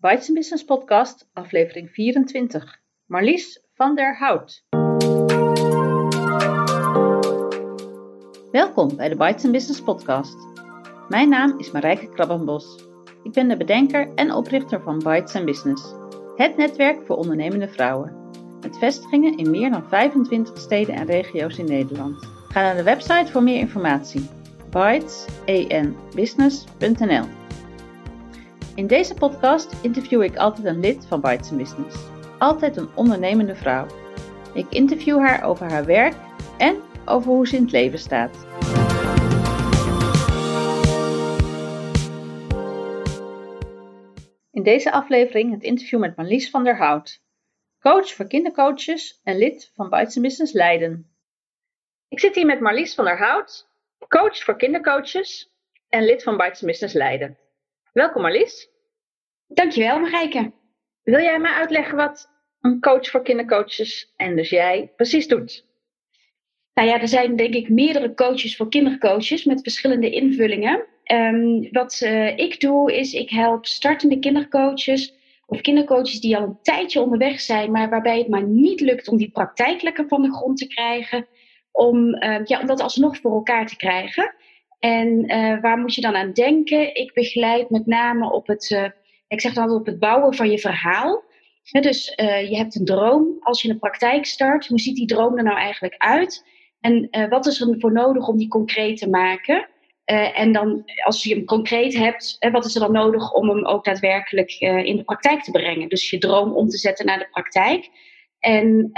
Bites Business Podcast, aflevering 24. Marlies van der Hout. Welkom bij de Bites Business Podcast. Mijn naam is Marijke Krabbenbos. Ik ben de bedenker en oprichter van Bites Business, het netwerk voor ondernemende vrouwen. Met vestigingen in meer dan 25 steden en regio's in Nederland. Ga naar de website voor meer informatie. bitesen-business.nl. In deze podcast interview ik altijd een lid van Bites Business. Altijd een ondernemende vrouw. Ik interview haar over haar werk en over hoe ze in het leven staat. In deze aflevering het interview met Marlies van der Hout. Coach voor kindercoaches en lid van Bites Business Leiden. Ik zit hier met Marlies van der Hout, coach voor kindercoaches en lid van Bites Business Leiden. Welkom Marlies. Dankjewel Marijke. Wil jij mij uitleggen wat een coach voor kindercoaches en dus jij precies doet? Nou ja, er zijn denk ik meerdere coaches voor kindercoaches met verschillende invullingen. Wat ik doe is, ik help startende kindercoaches of kindercoaches die al een tijdje onderweg zijn, maar waarbij het maar niet lukt om die praktijk lekker van de grond te krijgen, om dat alsnog voor elkaar te krijgen. En waar moet je dan aan denken? Ik begeleid met name op het, ik zeg dan altijd op het bouwen van je verhaal. Dus je hebt een droom als je een praktijk start. Hoe ziet die droom er nou eigenlijk uit? En wat is er voor nodig om die concreet te maken? En dan, als je hem concreet hebt, wat is er dan nodig om hem ook daadwerkelijk in de praktijk te brengen? Dus je droom om te zetten naar de praktijk. En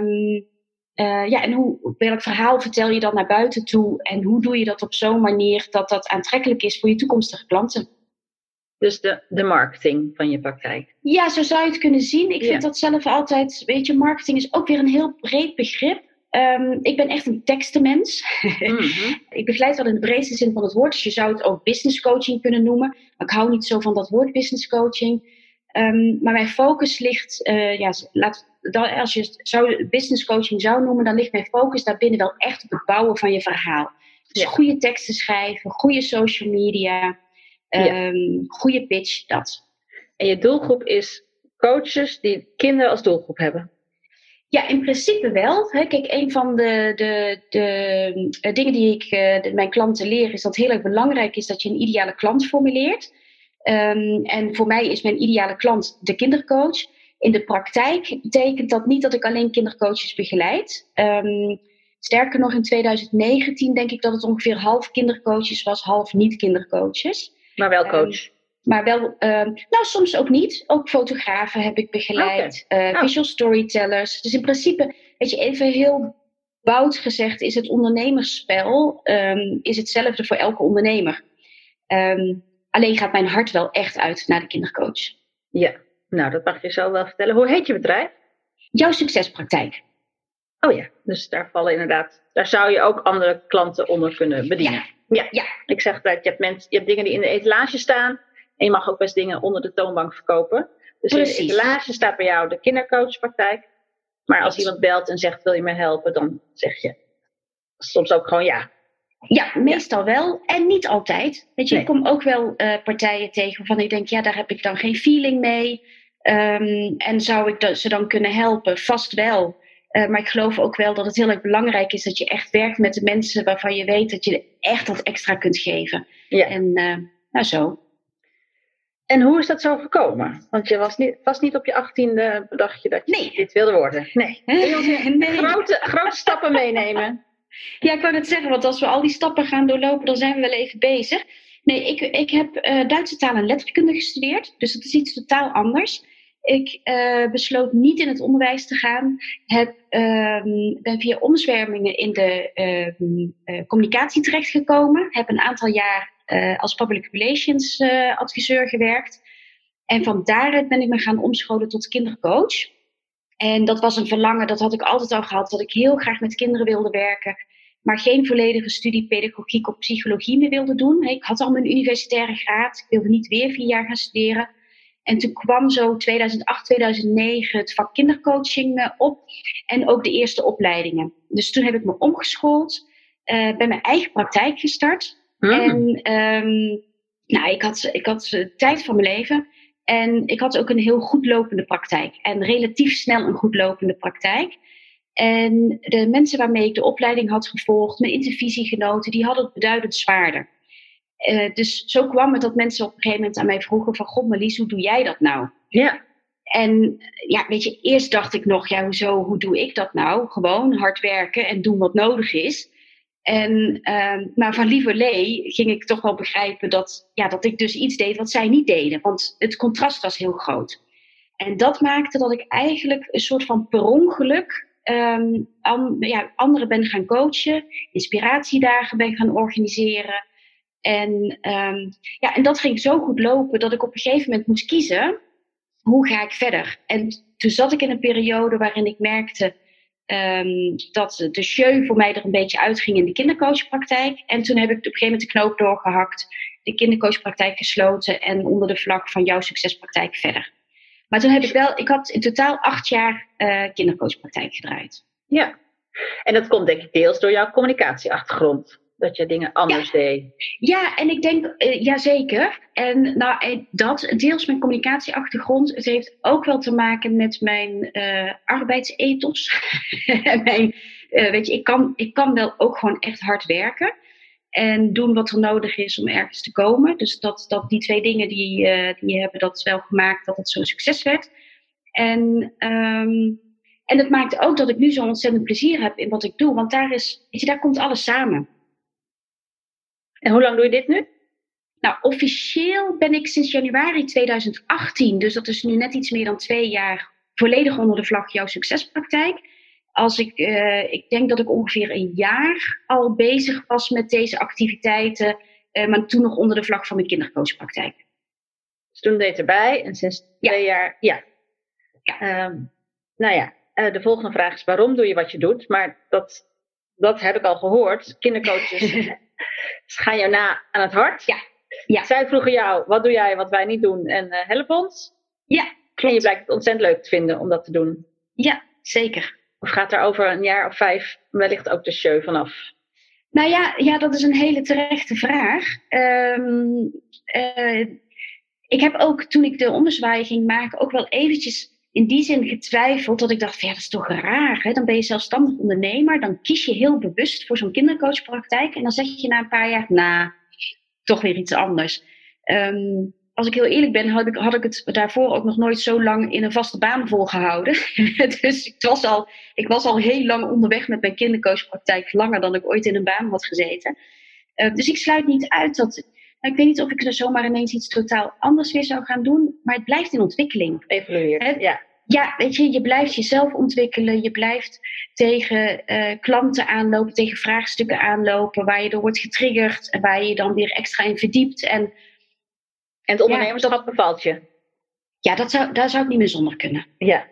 welk verhaal vertel je dan naar buiten toe? En hoe doe je dat op zo'n manier dat dat aantrekkelijk is voor je toekomstige klanten? Dus de marketing van je praktijk. Ja, zo zou je het kunnen zien. Ik vind dat zelf altijd, weet je, marketing is ook weer een heel breed begrip. Ik ben echt een tekstenmens. Mm-hmm. Ik begeleid wel in de breedste zin van het woord. Dus je zou het ook business coaching kunnen noemen. Maar ik hou niet zo van dat woord business coaching. Maar mijn focus ligt, als je het business coaching zou noemen, dan ligt mijn focus daarbinnen wel echt op het bouwen van je verhaal. Dus goede teksten schrijven, goede social media, goede pitch, dat. En je doelgroep is coaches die kinderen als doelgroep hebben? Ja, in principe wel. Kijk, een van de dingen die ik mijn klanten leer is dat het heel erg belangrijk is dat je een ideale klant formuleert. En voor mij is mijn ideale klant de kindercoach. In de praktijk betekent dat niet dat ik alleen kindercoaches begeleid. Sterker nog, in 2019 denk ik dat het ongeveer half kindercoaches was, half niet kindercoaches. Maar wel coach? Maar wel, soms ook niet. Ook fotografen heb ik begeleid. Visual storytellers. Dus in principe, weet je, even heel bout gezegd, is het ondernemersspel is hetzelfde voor elke ondernemer. Alleen gaat mijn hart wel echt uit naar de kindercoach. Ja, nou dat mag je zo wel vertellen. Hoe heet je bedrijf? Jouw Succespraktijk. Oh ja, dus daar zou je ook andere klanten onder kunnen bedienen. Ja. Ik zeg dat je hebt dingen die in de etalage staan. En je mag ook best dingen onder de toonbank verkopen. Dus precies. In de etalage staat bij jou de kindercoachpraktijk. Maar als iemand belt en zegt, wil je me helpen? Dan zeg je soms ook gewoon ja. Ja, meestal wel. En niet altijd. Weet je, ik kom ook wel partijen tegen waarvan ik denk, ja, daar heb ik dan geen feeling mee. En zou ik ze dan kunnen helpen? Vast wel. Maar ik geloof ook wel dat het heel erg belangrijk is dat je echt werkt met de mensen waarvan je weet dat je echt wat extra kunt geven. Ja. En zo. En hoe is dat zo gekomen? Want je was niet op je 18e bedacht je dat je dit wilde worden. Nee. Kun je ons grote stappen meenemen? Ja, ik wou net zeggen, want als we al die stappen gaan doorlopen, dan zijn we wel even bezig. Nee, ik heb Duitse taal en letterkunde gestudeerd, dus dat is iets totaal anders. Ik besloot niet in het onderwijs te gaan. Ben via omzwervingen in de communicatie terechtgekomen. Heb een aantal jaar als public relations adviseur gewerkt. En van daaruit ben ik me gaan omscholen tot kindercoach. En dat was een verlangen, dat had ik altijd al gehad, dat ik heel graag met kinderen wilde werken. Maar geen volledige studie pedagogiek of psychologie meer wilde doen. Ik had al mijn universitaire graad. Ik wilde niet weer 4 jaar gaan studeren. En toen kwam zo 2008, 2009 het vak kindercoaching op. En ook de eerste opleidingen. Dus toen heb ik me omgeschoold. Ben mijn eigen praktijk gestart. En ik had de tijd van mijn leven. En ik had ook een heel goed lopende praktijk. En relatief snel een goed lopende praktijk. En de mensen waarmee ik de opleiding had gevolgd, mijn intervisiegenoten, die hadden het beduidend zwaarder. Dus zo kwam het dat mensen op een gegeven moment aan mij vroegen van, god Marlies, hoe doe jij dat nou? Ja. En ja, weet je, eerst dacht ik nog, ja, hoezo, hoe doe ik dat nou? Gewoon hard werken en doen wat nodig is. Maar van lieverlee ging ik toch wel begrijpen dat ik dus iets deed wat zij niet deden. Want het contrast was heel groot. En dat maakte dat ik eigenlijk een soort van per ongeluk anderen ben gaan coachen. Inspiratiedagen ben gaan organiseren. En dat ging zo goed lopen dat ik op een gegeven moment moest kiezen. Hoe ga ik verder? En toen zat ik in een periode waarin ik merkte dat de jeu voor mij er een beetje uitging in de kindercoachpraktijk. En toen heb ik op een gegeven moment de knoop doorgehakt, de kindercoachpraktijk gesloten en onder de vlag van jouw succespraktijk verder. Maar toen ik had in totaal 8 jaar kindercoachpraktijk gedraaid. Ja, en dat komt denk ik deels door jouw communicatieachtergrond. Dat je dingen anders deed. Ja, en ik denk, jazeker. En dat, deels mijn communicatieachtergrond. Het heeft ook wel te maken met mijn arbeidsethos. Weet je, ik kan wel ook gewoon echt hard werken. En doen wat er nodig is om ergens te komen. Dus dat die 2 dingen die hebben dat wel gemaakt dat het zo'n succes werd. En het maakt ook dat ik nu zo'n ontzettend plezier heb in wat ik doe. Want daar komt alles samen. En hoe lang doe je dit nu? Nou, officieel ben ik sinds januari 2018, dus dat is nu net iets meer dan 2 jaar, volledig onder de vlag jouw succespraktijk. Ik denk dat ik ongeveer 1 jaar al bezig was met deze activiteiten, maar toen nog onder de vlag van mijn kindercoachpraktijk. Dus toen deed erbij en sinds 2 jaar, ja. De volgende vraag is waarom doe je wat je doet? Maar dat heb ik al gehoord. Kindercoaches gaan jou na aan het hart. Ja. Zij vroegen jou, wat doe jij wat wij niet doen en help ons. Ja, klopt. En je blijkt het ontzettend leuk te vinden om dat te doen. Ja, zeker. Of gaat er over een jaar of 5 wellicht ook de show vanaf? Nou ja, dat is een hele terechte vraag. Ik heb ook, toen ik de ommezwaai ging maken, ook wel eventjes in die zin getwijfeld. Dat ik dacht, van, ja, dat is toch raar. Hè? Dan ben je zelfstandig ondernemer. Dan kies je heel bewust voor zo'n kindercoachpraktijk. En dan zeg je na een paar jaar, toch weer iets anders. Als ik heel eerlijk ben, had ik het daarvoor ook nog nooit zo lang in een vaste baan volgehouden. Dus ik was al heel lang onderweg met mijn kindercoachpraktijk. Langer dan ik ooit in een baan had gezeten. Dus ik sluit niet uit dat... ik weet niet of ik er zomaar ineens iets totaal anders weer zou gaan doen. Maar het blijft in ontwikkeling. Evolueert, ja. Ja, weet je blijft jezelf ontwikkelen. Je blijft tegen klanten aanlopen, tegen vraagstukken aanlopen. Waar je door wordt getriggerd. En waar je je dan weer extra in verdiept. En het ondernemerschap bevalt je? Ja, daar zou ik niet meer zonder kunnen. Ja.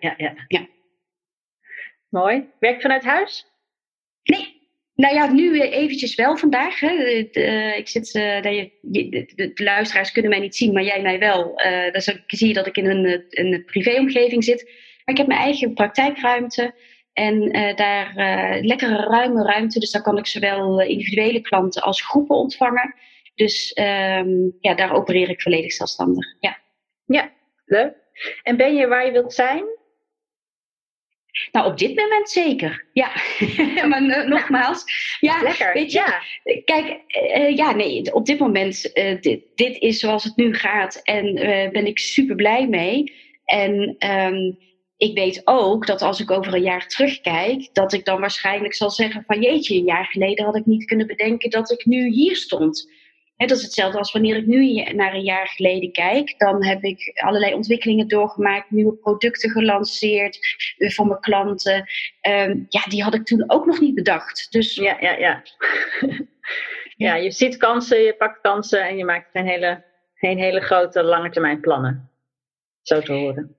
Mooi. Werk je vanuit huis? Nee. Nou ja, nu eventjes wel vandaag. Hè. Ik zit, de luisteraars kunnen mij niet zien, maar jij mij wel. Dan zie je dat ik in een privéomgeving zit. Maar ik heb mijn eigen praktijkruimte. En daar lekkere ruime ruimte. Dus daar kan ik zowel individuele klanten als groepen ontvangen. Dus daar opereer ik volledig zelfstandig. Ja, leuk. En ben je waar je wilt zijn? Nou, op dit moment zeker. Ja, maar nogmaals. Ja, lekker. Weet je, kijk, op dit moment, dit is zoals het nu gaat. En ben ik super blij mee. En ik weet ook dat als ik over een jaar terugkijk, dat ik dan waarschijnlijk zal zeggen van jeetje, een jaar geleden had ik niet kunnen bedenken dat ik nu hier stond. Dat is hetzelfde als wanneer ik nu naar een jaar geleden kijk. Dan heb ik allerlei ontwikkelingen doorgemaakt. Nieuwe producten gelanceerd voor mijn klanten. Die had ik toen ook nog niet bedacht. Dus... Ja. Ja, je ziet kansen, je pakt kansen en je maakt geen hele grote lange termijn plannen. Zo te horen.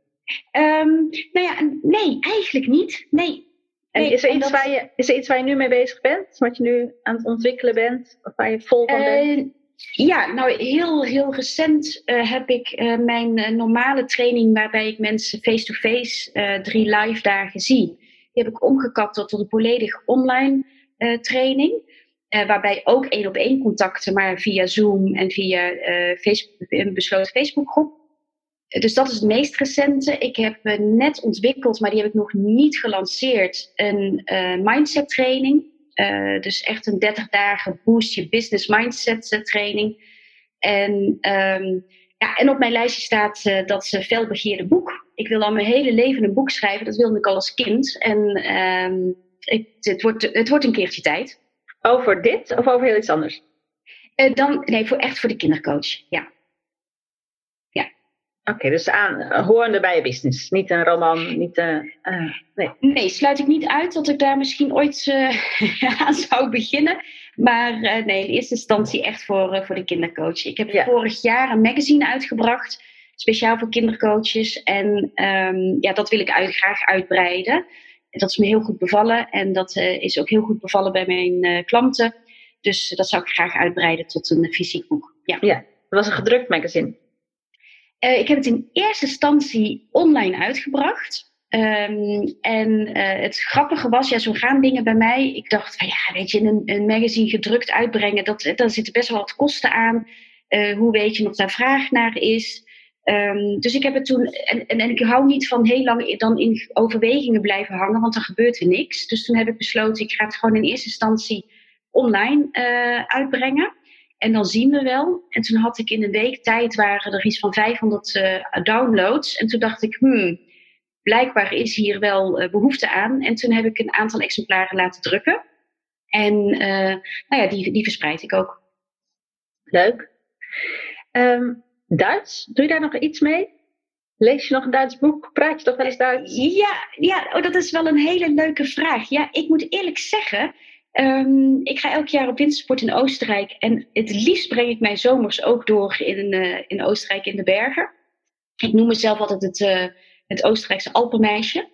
Nee, eigenlijk niet. Nee. En is er iets waar je nu mee bezig bent? Wat je nu aan het ontwikkelen bent? Of waar je vol van bent? Ja, nou heel recent heb ik mijn normale training waarbij ik mensen face-to-face 3 live dagen zie. Die heb ik omgekapt tot een volledig online training. Waarbij ook 1-op-1 contacten, maar via Zoom en via een besloten Facebookgroep. Dus dat is het meest recente. Ik heb net ontwikkeld, maar die heb ik nog niet gelanceerd, een mindset training. Dus echt een 30 dagen boost je business mindset training. En op mijn lijstje staat dat felbegeerde boek. Ik wil al mijn hele leven een boek schrijven. Dat wilde ik al als kind. En het wordt een keertje tijd. Over dit of over heel iets anders? Echt voor de kindercoach, ja. Oké, dus horende bij je business. Niet een roman, nee. Nee, sluit ik niet uit dat ik daar misschien ooit aan zou beginnen. Maar in eerste instantie echt voor de kindercoach. Ik heb vorig jaar een magazine uitgebracht, speciaal voor kindercoaches. En dat wil ik graag uitbreiden. Dat is me heel goed bevallen en dat is ook heel goed bevallen bij mijn klanten. Dus dat zou ik graag uitbreiden tot een fysiek boek. Ja, dat was een gedrukt magazine. Ik heb het in eerste instantie online uitgebracht. Het grappige was, zo gaan dingen bij mij. Ik dacht van weet je, een magazine gedrukt uitbrengen, daar zitten best wel wat kosten aan. Hoe weet je of daar vraag naar is? Dus ik heb het toen, en ik hou niet van heel lang dan in overwegingen blijven hangen, want dan gebeurt er niks. Dus toen heb ik besloten, ik ga het gewoon in eerste instantie online uitbrengen. En dan zien we wel. En toen had ik in een week tijd, waren er iets van 500 downloads. En toen dacht ik, blijkbaar is hier wel behoefte aan. En toen heb ik een aantal exemplaren laten drukken. En die verspreid ik ook. Leuk. Duits, doe je daar nog iets mee? Lees je nog een Duits boek? Praat je toch wel eens Duits? Dat is wel een hele leuke vraag. Ja, ik moet eerlijk zeggen, ik ga elk jaar op wintersport in Oostenrijk. En het liefst breng ik mijn zomers ook door in Oostenrijk in de bergen. Ik noem mezelf altijd het Oostenrijkse Alpenmeisje.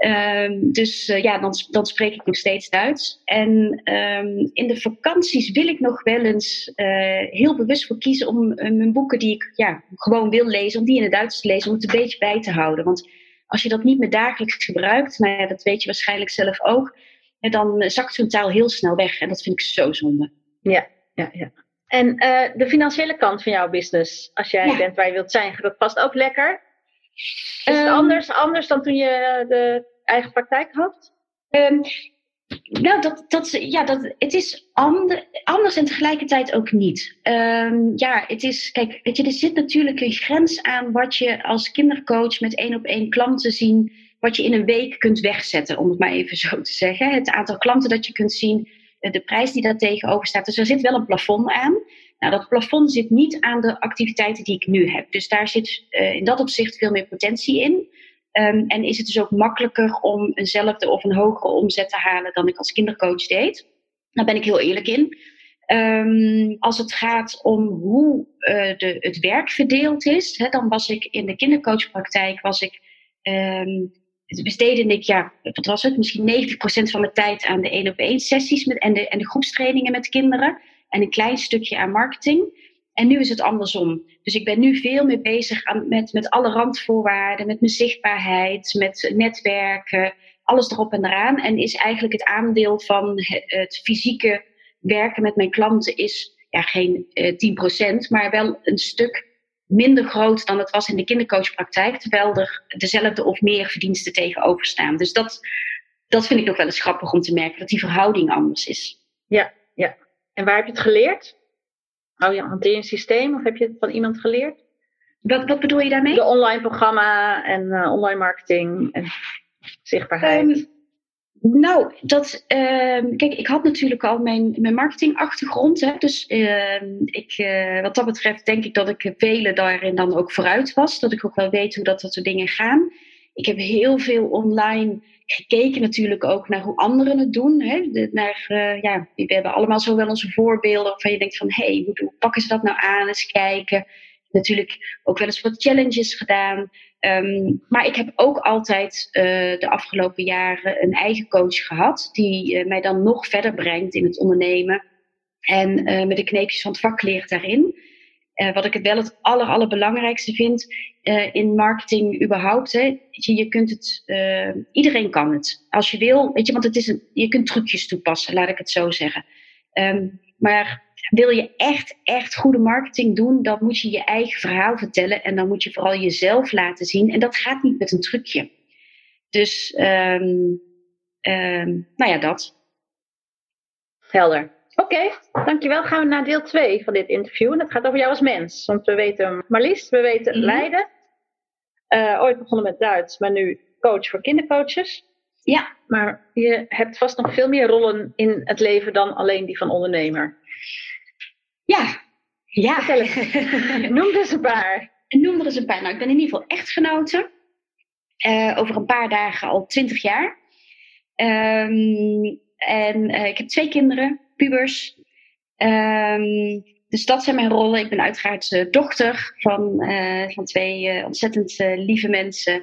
Dan spreek ik nog steeds Duits. En in de vakanties wil ik nog wel eens heel bewust voor kiezen om mijn boeken die ik gewoon wil lezen, om die in het Duits te lezen, om het een beetje bij te houden. Want als je dat niet meer dagelijks gebruikt, dat weet je waarschijnlijk zelf ook, dan zakt zo'n taal heel snel weg. En dat vind ik zo zonde. Ja. En de financiële kant van jouw business, als jij bent waar je wilt zijn, dat past ook lekker. Is het anders dan toen je de eigen praktijk had? Het is anders en tegelijkertijd ook niet. Het is, kijk, weet je, er zit natuurlijk een grens aan wat je als kindercoach met 1-op-1 klanten zien, wat je in een week kunt wegzetten, om het maar even zo te zeggen. Het aantal klanten dat je kunt zien, de prijs die daar tegenover staat. Dus er zit wel een plafond aan. Nou, dat plafond zit niet aan de activiteiten die ik nu heb. Dus daar zit in dat opzicht veel meer potentie in. En is het dus ook makkelijker om eenzelfde of een hogere omzet te halen dan ik als kindercoach deed. Daar ben ik heel eerlijk in. Als het gaat om hoe het werk verdeeld is, dan was ik in de kindercoachpraktijk, besteedde ik, wat was het? Misschien 90% van mijn tijd aan de 1-op-1 sessies en de groepstrainingen met kinderen. En een klein stukje aan marketing. En nu is het andersom. Dus ik ben nu veel meer bezig met alle randvoorwaarden, met mijn zichtbaarheid, met netwerken, alles erop en eraan. En is eigenlijk het aandeel van het fysieke werken met mijn klanten is geen 10%, maar wel een stuk minder groot dan het was in de kindercoachpraktijk, terwijl er dezelfde of meer verdiensten tegenover staan. Dus dat vind ik nog wel eens grappig om te merken, dat die verhouding anders is. Ja. En waar heb je het geleerd? Hanteer je een systeem of heb je het van iemand geleerd? Wat bedoel je daarmee? De online programma en online marketing en zichtbaarheid. Kijk, ik had natuurlijk al mijn marketingachtergrond. Hè, dus wat dat betreft denk ik dat ik velen daarin dan ook vooruit was. Dat ik ook wel weet hoe dat soort dingen gaan. Ik heb heel veel online gekeken natuurlijk ook naar hoe anderen het doen. Hè? We hebben allemaal zo wel onze voorbeelden waarvan je denkt van, hoe pakken ze dat nou aan? Eens kijken. Natuurlijk ook wel eens wat challenges gedaan. Maar ik heb ook altijd de afgelopen jaren een eigen coach gehad, die mij dan nog verder brengt in het ondernemen. En met de kneepjes van het vak leert daarin. Wat ik het allerbelangrijkste vind in marketing überhaupt. Hè. Je kunt het, iedereen kan het. Als je wil, weet je, want je kunt trucjes toepassen, laat ik het zo zeggen. Maar wil je echt goede marketing doen, dan moet je je eigen verhaal vertellen. En dan moet je vooral jezelf laten zien. En dat gaat niet met een trucje. Dus, nou ja, dat. Helder. Oké, dankjewel. Gaan we naar deel 2 van dit interview. En dat gaat over jou als mens. Want we weten Marlies, we weten Leiden. Ooit begonnen met Duits, maar nu coach voor kindercoaches. Ja. Maar je hebt vast nog veel meer rollen in het leven dan alleen die van ondernemer. Ja. Noem er eens een paar. Noem er eens een paar. Nou, ik ben in ieder geval echtgenote. Over een paar dagen al 20 jaar. Ik heb 2 kinderen, pubers. Dus dat zijn mijn rollen. Ik ben uiteraard dochter van 2 ontzettend lieve mensen.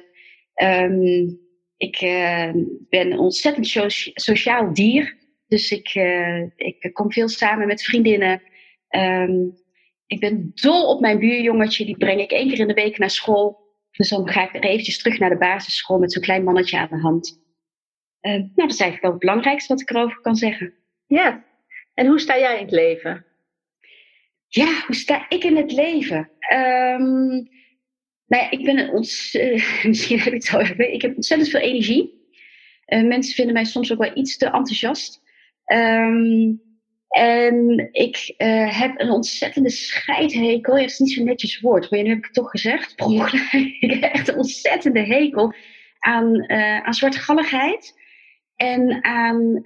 Ik ben een ontzettend sociaal dier. Dus ik kom veel samen met vriendinnen. Ik ben dol op mijn buurjongetje. Die breng ik 1 keer in de week naar school. Dus dan ga ik er eventjes terug naar de basisschool met zo'n klein mannetje aan de hand. Nou, dat is eigenlijk wel het belangrijkste wat ik erover kan zeggen. Ja. En hoe sta jij in het leven? Ja, hoe sta ik in het leven? Nou ja, ik ben misschien heb ik het al even. Ik heb ontzettend veel energie. Mensen vinden mij soms ook wel iets te enthousiast. En ik heb een ontzettende scheidhekel. Ja, dat is niet zo'n netjes woord, maar nu heb ik het toch gezegd. Ik heb echt een ontzettende hekel aan zwartgalligheid. En aan...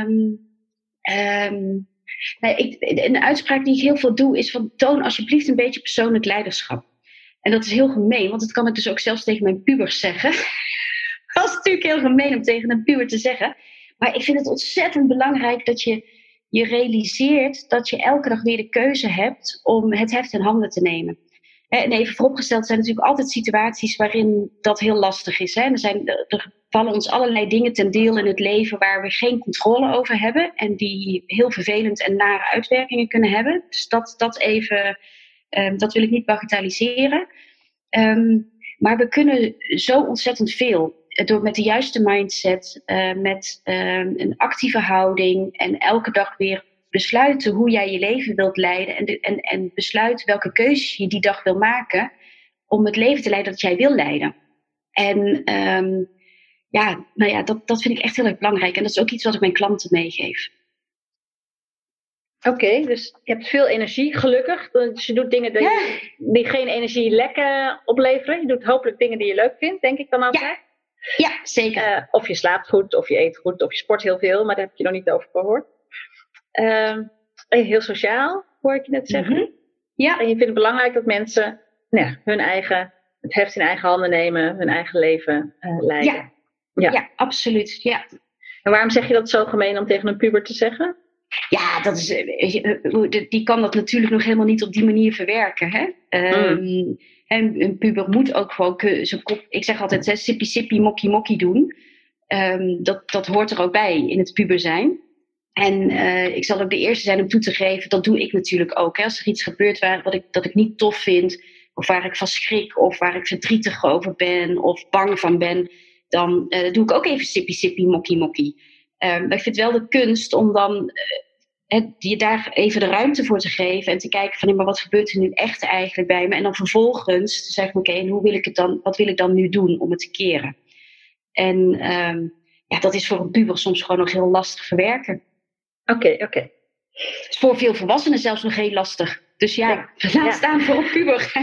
een uitspraak die ik heel veel doe is van toon alsjeblieft een beetje persoonlijk leiderschap. En dat is heel gemeen, want dat kan ik dus ook zelfs tegen mijn pubers zeggen. Dat is natuurlijk heel gemeen om tegen een puber te zeggen. Maar ik vind het ontzettend belangrijk dat je realiseert dat je elke dag weer de keuze hebt om het heft in handen te nemen. En even vooropgesteld zijn natuurlijk altijd situaties waarin dat heel lastig is. Hè? Er vallen ons allerlei dingen ten deel in het leven waar we geen controle over hebben. En die heel vervelend en nare uitwerkingen kunnen hebben. Dus dat wil ik niet bagatelliseren. Maar we kunnen zo ontzettend veel. Door met de juiste mindset, met een actieve houding en elke dag weer besluiten hoe jij je leven wilt leiden en besluiten welke keuzes je die dag wil maken om het leven te leiden dat jij wil leiden. En dat vind ik echt heel erg belangrijk en dat is ook iets wat ik mijn klanten meegeef. Oké, dus je hebt veel energie, gelukkig. Dus je doet dingen die geen energielekken opleveren. Je doet hopelijk dingen die je leuk vindt, denk ik dan altijd. Ja, zeker. Of je slaapt goed, of je eet goed, of je sport heel veel, maar daar heb je nog niet over gehoord. Heel sociaal, hoor ik je net zeggen. Mm-hmm. Ja. En je vindt het belangrijk dat mensen het heft in eigen handen nemen, hun eigen leven leiden. Ja, absoluut. Ja. En waarom zeg je dat zo gemeen om tegen een puber te zeggen? Ja, dat is, die kan dat natuurlijk nog helemaal niet op die manier verwerken. Hè? En een puber moet ook gewoon zijn kop, ik zeg altijd, sippie sippie mokkie mokkie doen. Dat hoort er ook bij in het puber zijn. En ik zal ook de eerste zijn om toe te geven, dat doe ik natuurlijk ook. Hè? Als er iets gebeurt dat ik niet tof vind, of waar ik van schrik, of waar ik verdrietig over ben, of bang van ben, dan doe ik ook even sippie sippie mokkie mokkie. Maar ik vind wel de kunst om dan je daar even de ruimte voor te geven en te kijken van, maar wat gebeurt er nu echt eigenlijk bij me? En dan vervolgens te zeggen, oké, en wat wil ik dan nu doen om het te keren? En dat is voor een puber soms gewoon nog heel lastig verwerken. Oké. Het is voor veel volwassenen zelfs nog heel lastig. Dus laat staan voor een puber.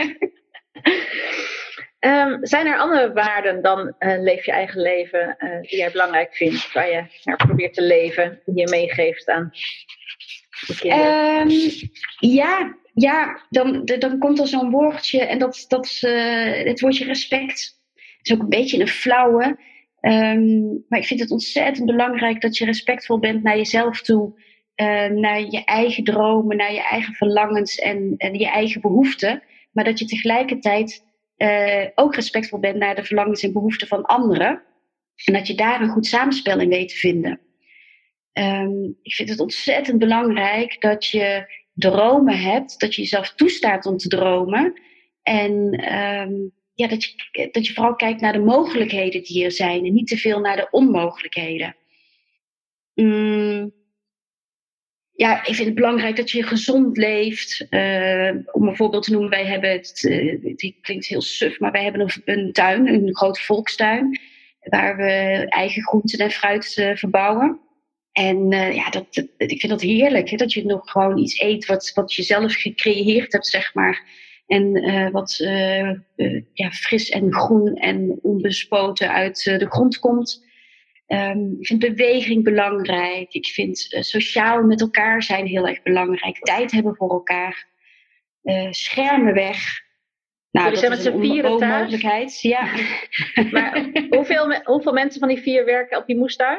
Zijn er andere waarden dan leef je eigen leven die jij belangrijk vindt, waar je probeert te leven, die je meegeeft aan de kinderen? Dan komt er zo'n woordje en het woordje respect. Het is ook een beetje een flauwe. Maar ik vind het ontzettend belangrijk dat je respectvol bent naar jezelf toe, naar je eigen dromen, naar je eigen verlangens en je eigen behoeften. Maar dat je tegelijkertijd ook respectvol bent naar de verlangens en behoeften van anderen. En dat je daar een goed samenspel in weet te vinden. Ik vind het ontzettend belangrijk dat je dromen hebt, dat je jezelf toestaat om te dromen. En dat je vooral kijkt naar de mogelijkheden die er zijn en niet te veel naar de onmogelijkheden. Ja, ik vind het belangrijk dat je gezond leeft. Om een voorbeeld te noemen, wij hebben het klinkt heel suf, maar wij hebben een tuin, een grote volkstuin, waar we eigen groenten en fruit verbouwen. En ik vind dat heerlijk, hè, dat je nog gewoon iets eet wat je zelf gecreëerd hebt, zeg maar. En wat fris en groen en onbespoten uit de grond komt. Ik vind beweging belangrijk. Ik vind sociaal met elkaar zijn heel erg belangrijk. Tijd hebben voor elkaar. Schermen weg. Nou, jullie zijn met z'n vieren thuis? Mogelijkheid. Ja. Maar hoeveel mensen van die 4 werken op die moestuin?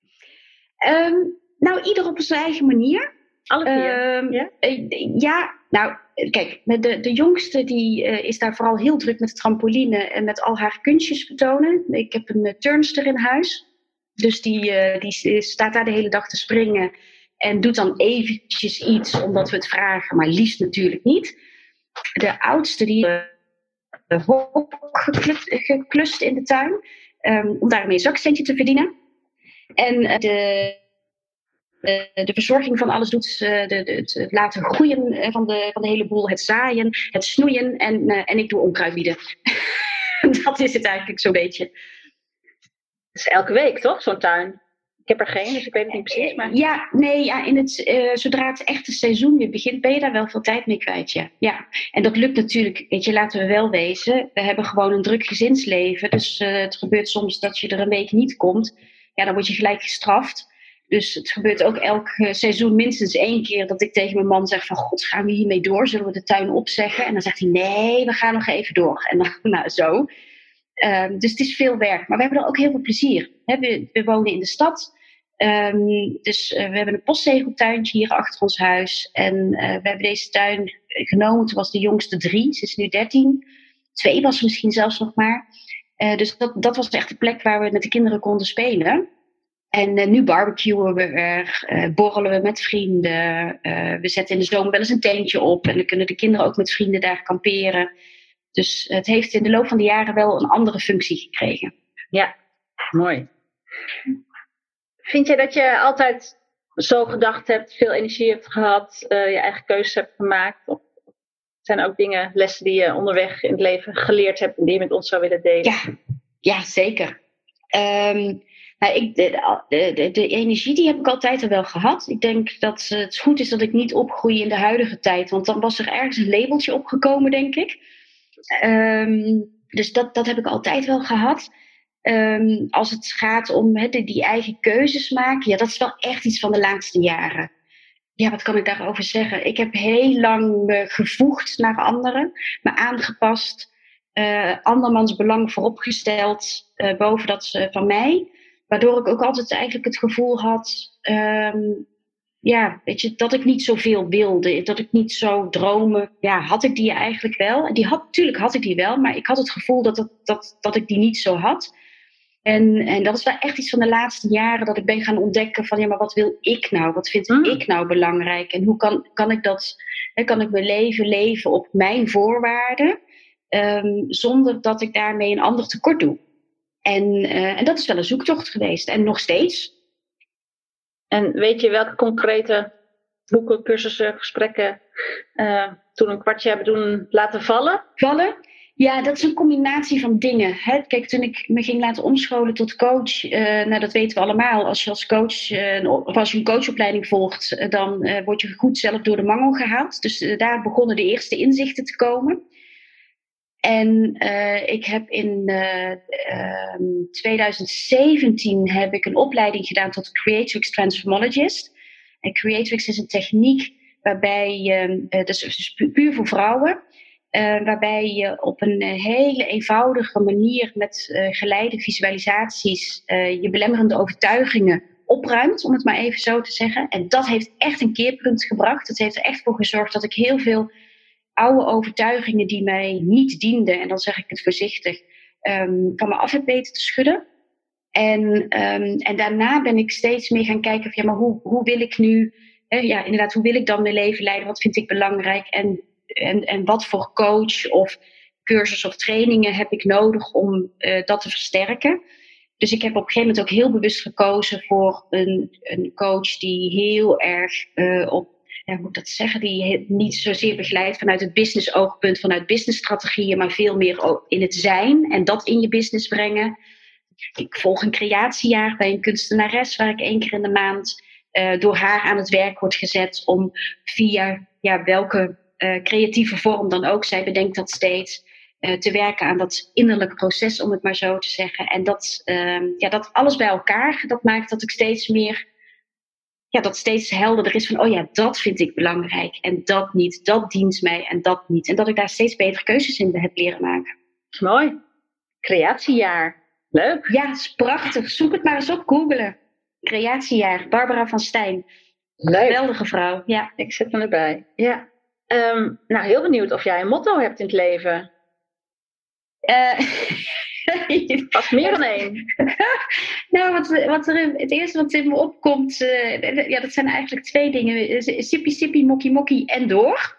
Ieder op zijn eigen manier. Alle 4? Ja, nou, kijk, de jongste die is daar vooral heel druk met de trampoline en met al haar kunstjes vertonen. Ik heb een turnster in huis. Dus die staat daar de hele dag te springen en doet dan eventjes iets omdat we het vragen, maar liefst natuurlijk niet. De oudste die geklust in de tuin om daarmee een zakcentje te verdienen. En de verzorging van alles doet, het laten groeien van de hele boel, het zaaien, het snoeien en ik doe onkruidbieden. Dat is het eigenlijk zo'n beetje. Dat is elke week, toch, zo'n tuin? Ik heb er geen, dus ik weet het niet precies. Maar... Zodra het echte seizoen weer begint, ben je daar wel veel tijd mee kwijt, ja. En dat lukt natuurlijk, weet je, laten we wel wezen. We hebben gewoon een druk gezinsleven, dus het gebeurt soms dat je er een week niet komt. Ja, dan word je gelijk gestraft. Dus het gebeurt ook elk seizoen minstens 1 keer dat ik tegen mijn man zeg van, god, gaan we hiermee door? Zullen we de tuin opzeggen? En dan zegt hij, nee, we gaan nog even door. En dan, zo. Dus het is veel werk. Maar we hebben er ook heel veel plezier. We wonen in de stad. Dus we hebben een postzegeltuintje hier achter ons huis. En we hebben deze tuin genomen. Toen was de jongste 3. Ze is nu 13. 2 was ze misschien zelfs nog maar. Dus dat was echt de plek waar we met de kinderen konden spelen. En nu barbecuen we er, borrelen we met vrienden. We zetten in de zomer wel eens een tentje op. En dan kunnen de kinderen ook met vrienden daar kamperen. Dus het heeft in de loop van de jaren wel een andere functie gekregen. Ja, mooi. Vind jij dat je altijd zo gedacht hebt, veel energie hebt gehad, je eigen keuzes hebt gemaakt? Of zijn er ook dingen, lessen die je onderweg in het leven geleerd hebt en die je met ons zou willen delen? Ja zeker. De energie die heb ik altijd al wel gehad. Ik denk dat het goed is dat ik niet opgroei in de huidige tijd. Want dan was er ergens een labeltje opgekomen, denk ik. Dus dat heb ik altijd wel gehad. Als het gaat om die eigen keuzes maken. Ja, dat is wel echt iets van de laatste jaren. Ja, wat kan ik daarover zeggen? Ik heb heel lang me gevoegd naar anderen. Me aangepast. Andermans belang vooropgesteld. Boven dat van mij. Waardoor ik ook altijd eigenlijk het gevoel had... dat ik niet zoveel wilde. Dat ik niet zo dromen... Ja, had ik die eigenlijk wel? Tuurlijk had ik die wel. Maar ik had het gevoel dat ik die niet zo had. En dat is wel echt iets van de laatste jaren. Dat ik ben gaan ontdekken van... Ja, maar wat wil ik nou? Wat vind ik nou belangrijk? En hoe kan ik dat... Kan ik mijn leven leven op mijn voorwaarden? Zonder dat ik daarmee een ander tekort doe. En dat is wel een zoektocht geweest. En nog steeds. En weet je welke concrete boeken, cursussen, gesprekken toen een kwartje hebben doen laten vallen? Ja, dat is een combinatie van dingen. Hè? Kijk, toen ik me ging laten omscholen tot coach, dat weten we allemaal. Als je als coach, of als je een coachopleiding volgt, dan word je goed zelf door de mangel gehaald. Dus daar begonnen de eerste inzichten te komen. En ik heb in 2017 heb ik een opleiding gedaan tot Creatrix Transformologist. En Creatrix is een techniek waarbij dus puur voor vrouwen, waarbij je op een hele eenvoudige manier met geleide visualisaties je belemmerende overtuigingen opruimt, om het maar even zo te zeggen. En dat heeft echt een keerpunt gebracht. Dat heeft er echt voor gezorgd dat ik heel veel oude overtuigingen die mij niet dienden, en dan zeg ik het voorzichtig, van me af heb weten te schudden. En daarna ben ik steeds meer gaan kijken van, ja, maar hoe wil ik nu, inderdaad, hoe wil ik dan mijn leven leiden? Wat vind ik belangrijk? En wat voor coach of cursus of trainingen heb ik nodig om dat te versterken? Dus ik heb op een gegeven moment ook heel bewust gekozen voor een coach die heel erg hoe moet ik dat zeggen, die niet zozeer begeleidt vanuit het business oogpunt, vanuit businessstrategieën, maar veel meer in het zijn en dat in je business brengen. Ik volg een creatiejaar bij een kunstenares waar ik 1 keer in de maand door haar aan het werk word gezet om via welke creatieve vorm dan ook, zij bedenkt dat steeds, te werken aan dat innerlijk proces, om het maar zo te zeggen. En dat alles bij elkaar, dat maakt dat ik steeds meer, dat steeds helderder is van, dat vind ik belangrijk en dat niet, dat dient mij en dat niet. En dat ik daar steeds betere keuzes in heb leren maken. Mooi. Creatiejaar. Leuk. Ja, is prachtig. Zoek het maar eens op, googlen. Creatiejaar, Barbara van Stijn. Leuk. Geweldige vrouw, ja. Ik zet hem erbij. Ja. Heel benieuwd of jij een motto hebt in het leven. Vast meer dan 1. Nou, het eerste wat in me opkomt, dat zijn eigenlijk 2 dingen. Sippie, sippie, mokkie, mokkie en door.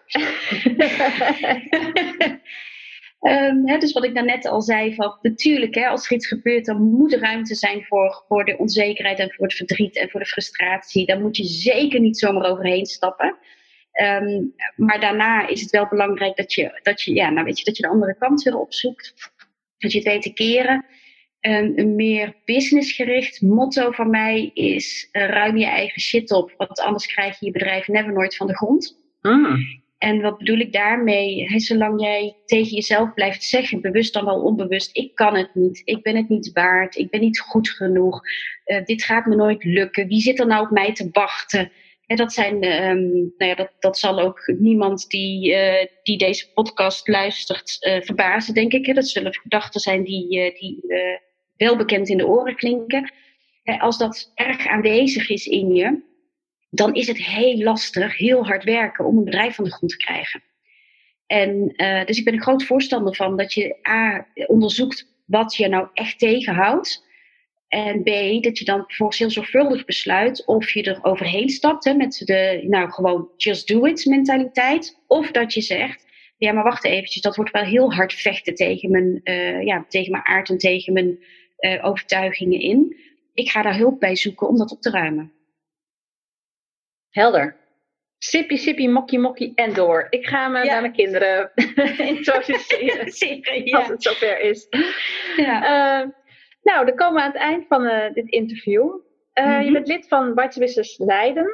Dus wat ik daarnet al zei, van natuurlijk, als er iets gebeurt, dan moet er ruimte zijn voor de onzekerheid en voor het verdriet en voor de frustratie. Daar moet je zeker niet zomaar overheen stappen. Maar daarna is het wel belangrijk dat je de andere kant weer opzoekt. Dat je het weet te keren. Een meer businessgericht motto van mij is: ruim je eigen shit op, want anders krijg je je bedrijf never nooit van de grond. En wat bedoel ik daarmee? Zolang jij tegen jezelf blijft zeggen, bewust dan wel onbewust, ik kan het niet, ik ben het niet waard, ik ben niet goed genoeg, dit gaat me nooit lukken, wie zit er nou op mij te wachten? Dat zijn, dat zal ook niemand die deze podcast luistert verbazen, denk ik. Dat zullen gedachten zijn die wel bekend in de oren klinken. Als dat erg aanwezig is in je, dan is het heel lastig, heel hard werken om een bedrijf van de grond te krijgen. En dus ik ben een groot voorstander van dat je onderzoekt wat je nou echt tegenhoudt. En B, dat je dan vervolgens heel zorgvuldig besluit of je er overheen stapt met de gewoon just do it mentaliteit. Of dat je zegt, ja maar wacht eventjes, dat wordt wel heel hard vechten tegen mijn aard en tegen mijn overtuigingen in. Ik ga daar hulp bij zoeken om dat op te ruimen. Helder. Sippie, sippie, mokkie, mokkie en door. Ik ga me bij mijn kinderen introduceren. Zeker, als het zover is. Ja. Dan komen we aan het eind van dit interview. Je bent lid van Bites Business Leiden.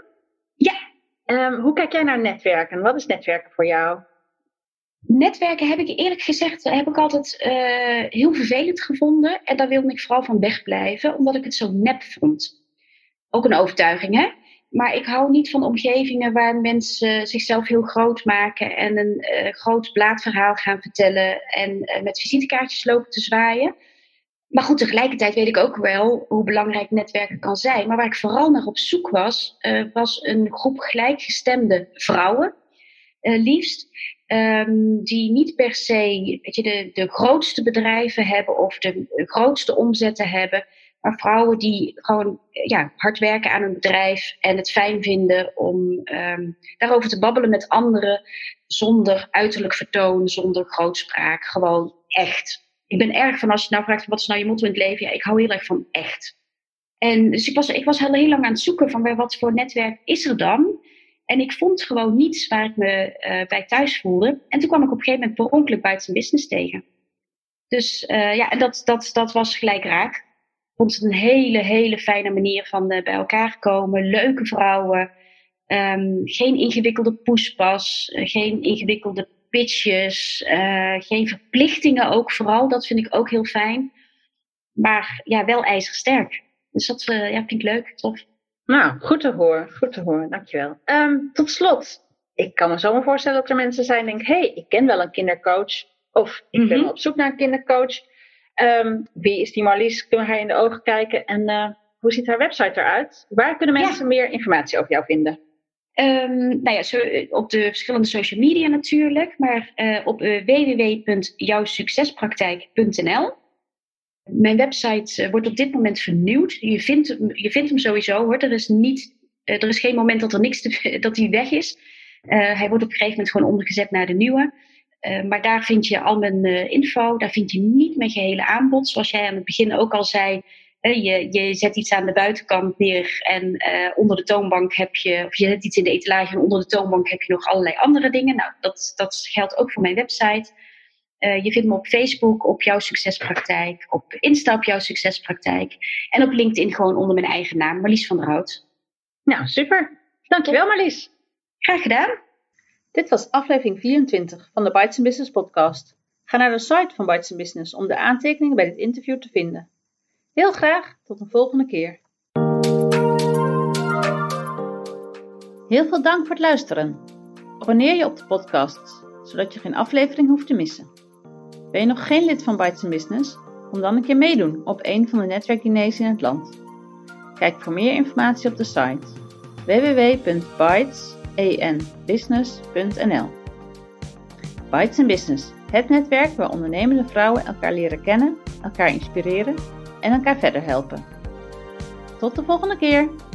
Ja. Hoe kijk jij naar netwerken? Wat is netwerken voor jou? Netwerken heb ik eerlijk gezegd altijd heel vervelend gevonden. En daar wilde ik vooral van wegblijven, omdat ik het zo nep vond. Ook een overtuiging, hè? Maar ik hou niet van omgevingen waar mensen zichzelf heel groot maken en een groot blaadverhaal gaan vertellen en met visitekaartjes lopen te zwaaien. Maar goed, tegelijkertijd weet ik ook wel hoe belangrijk netwerken kan zijn. Maar waar ik vooral naar op zoek was een groep gelijkgestemde vrouwen, liefst. Die niet per se de grootste bedrijven hebben of de grootste omzetten hebben. Maar vrouwen die gewoon hard werken aan een bedrijf en het fijn vinden om daarover te babbelen met anderen. Zonder uiterlijk vertoon, zonder grootspraak. Gewoon echt. Ik ben erg van, als je nou vraagt, wat is nou je motto in het leven? Ja, ik hou heel erg van echt. En dus ik was heel lang aan het zoeken van wat voor netwerk is er dan? En ik vond gewoon niets waar ik me bij thuis voelde. En toen kwam ik op een gegeven moment per ongeluk Bites Business tegen. Dus en dat was gelijk raak. Ik vond het een hele, hele fijne manier van bij elkaar komen. Leuke vrouwen. Geen ingewikkelde poespas. Geen ingewikkelde pitches. Geen verplichtingen ook vooral. Dat vind ik ook heel fijn. Maar wel ijzersterk. Dus dat vind ik leuk, tof. Nou, goed te horen. Dankjewel. Tot slot, ik kan me zomaar voorstellen dat er mensen zijn die denken, ik ken wel een kindercoach. Of ik ben op zoek naar een kindercoach. Wie is die Marlies? Kunnen we haar in de ogen kijken? En hoe ziet haar website eruit? Waar kunnen mensen meer informatie over jou vinden? Op de verschillende social media natuurlijk. Maar op www.jouwsuccespraktijk.nl. Mijn website wordt op dit moment vernieuwd. Je vindt hem sowieso hoor. Er is geen moment dat hij weg is. Hij wordt op een gegeven moment gewoon omgezet naar de nieuwe. Maar daar vind je al mijn info. Daar vind je niet mijn gehele aanbod. Zoals jij aan het begin ook al zei. Je zet iets aan de buitenkant neer en onder de toonbank heb je... Of je zet iets in de etalage en onder de toonbank heb je nog allerlei andere dingen. Nou, dat geldt ook voor mijn website. Je vindt me op Facebook op Jouw Succespraktijk. Op Insta op Jouw Succespraktijk. En op LinkedIn gewoon onder mijn eigen naam, Marlies van der Hout. Nou, super. Dankjewel Marlies. Graag gedaan. Dit was aflevering 24 van de Bites & Business podcast. Ga naar de site van Bites & Business om de aantekeningen bij dit interview te vinden. Heel graag tot een volgende keer. Heel veel dank voor het luisteren. Abonneer je op de podcast, zodat je geen aflevering hoeft te missen. Ben je nog geen lid van Bites & Business? Kom dan een keer meedoen op een van de netwerkdiners in het land. Kijk voor meer informatie op de site www.bites.business.nl. Bites & Business, het netwerk waar ondernemende vrouwen elkaar leren kennen, elkaar inspireren en elkaar verder helpen. Tot de volgende keer!